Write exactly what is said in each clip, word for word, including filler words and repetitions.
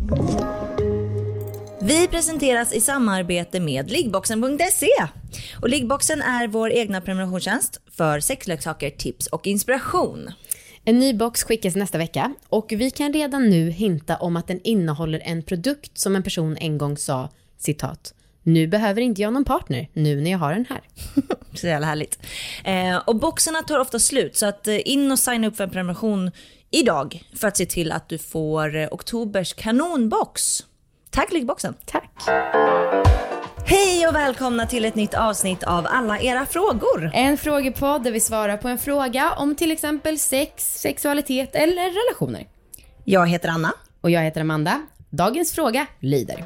Vi presenteras i samarbete med liggboxen punkt se. Och liggboxen är vår egna prenumerationstjänst för sexleksaker, tips och inspiration. En ny box skickas nästa vecka och vi kan redan nu hinta om att den innehåller en produkt som en person en gång sa, citat, nu behöver inte jag någon partner, nu när jag har den här. Så jävla härligt. Eh, och boxarna tar ofta slut, så att eh, in och signa upp för en prenumeration idag för att se till att du får eh, oktobers kanonbox. Tack liggboxen. Tack. Hej och välkomna till ett nytt avsnitt av Alla era frågor. En frågepodd där vi svarar på en fråga om till exempel sex, sexualitet eller relationer. Jag heter Anna. Och jag heter Amanda. Dagens fråga lyder: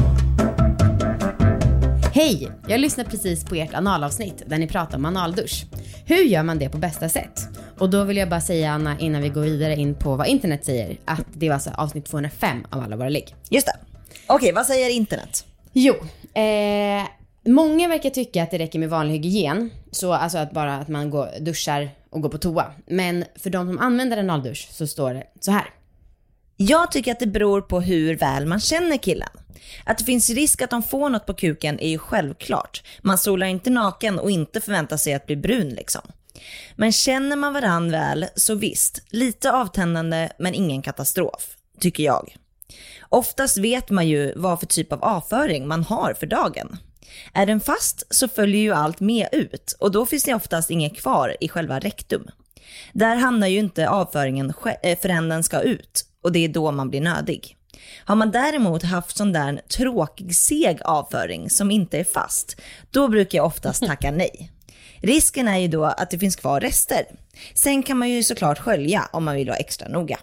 hej, jag lyssnade precis på ert analavsnitt där ni pratar om analdusch. Hur gör man det på bästa sätt? Och då vill jag bara säga, Anna, innan vi går vidare in på vad internet säger, att det var alltså avsnitt tvåhundrafem av Alla våra ligg. Just det. Okej, vad säger internet? Jo, eh, många verkar tycka att det räcker med vanlig hygien. Så alltså att bara att man går, duschar och går på toa. Men för de som använder analdusch så står det så här. Jag tycker att det beror på hur väl man känner killen. Att det finns risk att de får något på kuken är ju självklart. Man solar inte naken och inte förväntar sig att bli brun liksom. Men känner man varann väl så visst, lite avtändande men ingen katastrof, tycker jag. Oftast vet man ju vad för typ av avföring man har för dagen. Är den fast så följer ju allt med ut och då finns det oftast inget kvar i själva rektum. Där hamnar ju inte avföringen förrän den ska ut och det är då man blir nödig. Har man däremot haft sån där tråkig seg avföring som inte är fast, då brukar jag oftast tacka nej. Risken är ju då att det finns kvar rester. Sen kan man ju såklart skölja om man vill vara extra noga.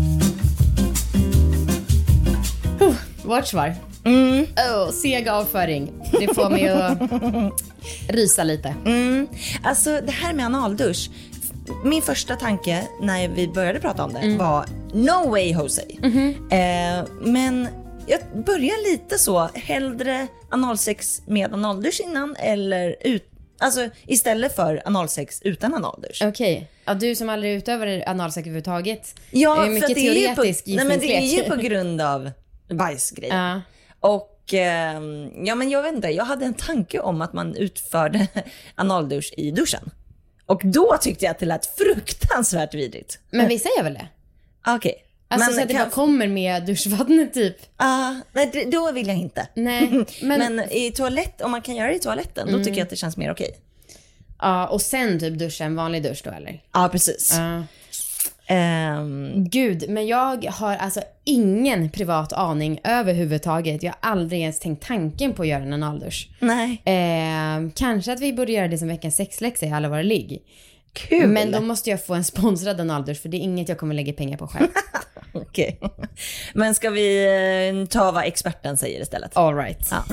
Uh, vårt svar. Mm. Oh, seg avföring. Det får mig att rysa lite. Mm. Alltså det här med analdusch. Min första tanke när vi började prata om det mm. var no way Jose. Mm-hmm. Eh, men jag börjar lite så. Hellre analsex med analdusch innan eller ut. Alltså istället för analsex utan analdusch. Okej. Okay. Ja, du som aldrig utövar analsex överhuvudtaget. Ja, är mycket för det är, ju på, nej, men det är ju på grund av bajsgrejer. Uh. Och eh, ja, men jag vet inte. Jag hade en tanke om att man utförde analdusch i duschen. Och då tyckte jag att det lät fruktansvärt vidrigt. Men vissa gör väl det? Okej. Okay. Alltså men så att det kan... bara kommer med duschvattnet typ. Ja, uh, nej, då vill jag inte. Nej, men... men i toalett, om man kan göra det i toaletten, mm. då tycker jag att det känns mer okej. Ja, och sen typ duscha en vanlig dusch då, eller? Ja, precis. Uh. Um... Gud, men jag har alltså ingen privat aning överhuvudtaget. Jag har aldrig ens tänkt tanken på att göra en analdusch. Nej. Uh, kanske att vi borde göra det som veckans sexläxa i Alla våra ligg. Kul. Men då måste jag få en sponsrad analdusch, för det är inget jag kommer lägga pengar på själv. Okej. Okay. Men ska vi ta vad experten säger istället? All right. Ja.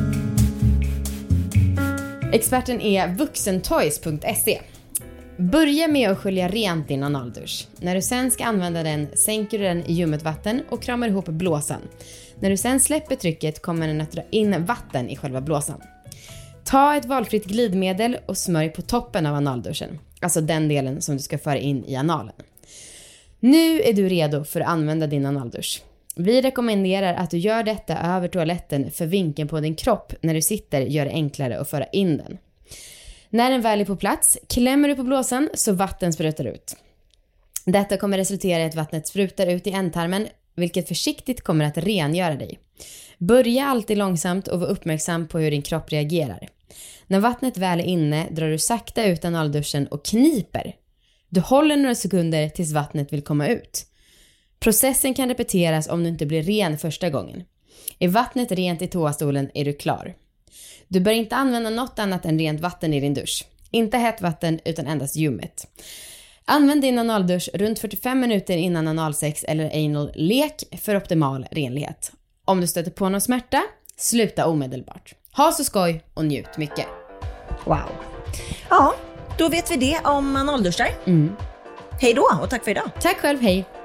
Experten är vuxentoys punkt se. Börja med att skölja rent din analdusch. När du sen ska använda den sänker du den i ljummet vatten och kramar ihop blåsan. När du sen släpper trycket kommer den att dra in vatten i själva blåsan. Ta ett valfritt glidmedel och smörj på toppen av analduschen. Alltså den delen som du ska föra in i analen. Nu är du redo för att använda din analdusch. Vi rekommenderar att du gör detta över toaletten, för vinkeln på din kropp när du sitter gör det enklare att föra in den. När den väl är på plats klämmer du på blåsan så vatten sprutar ut. Detta kommer resultera i att vattnet sprutar ut i ändtarmen, vilket försiktigt kommer att rengöra dig. Börja alltid långsamt och var uppmärksam på hur din kropp reagerar. När vattnet väl är inne drar du sakta ut analduschen och kniper. Du håller några sekunder tills vattnet vill komma ut. Processen kan repeteras om du inte blir ren första gången. Är vattnet rent i toastolen är du klar. Du bör inte använda något annat än rent vatten i din dusch. Inte hett vatten utan endast ljummet. Använd din analdusch runt fyrtiofem minuter innan analsex eller anal-lek för optimal renlighet. Om du stöter på någon smärta, sluta omedelbart. Ha så skoj och njut mycket. Wow. Ja, då vet vi det om analduschar. Mm. Hej då och tack för idag. Tack själv, hej.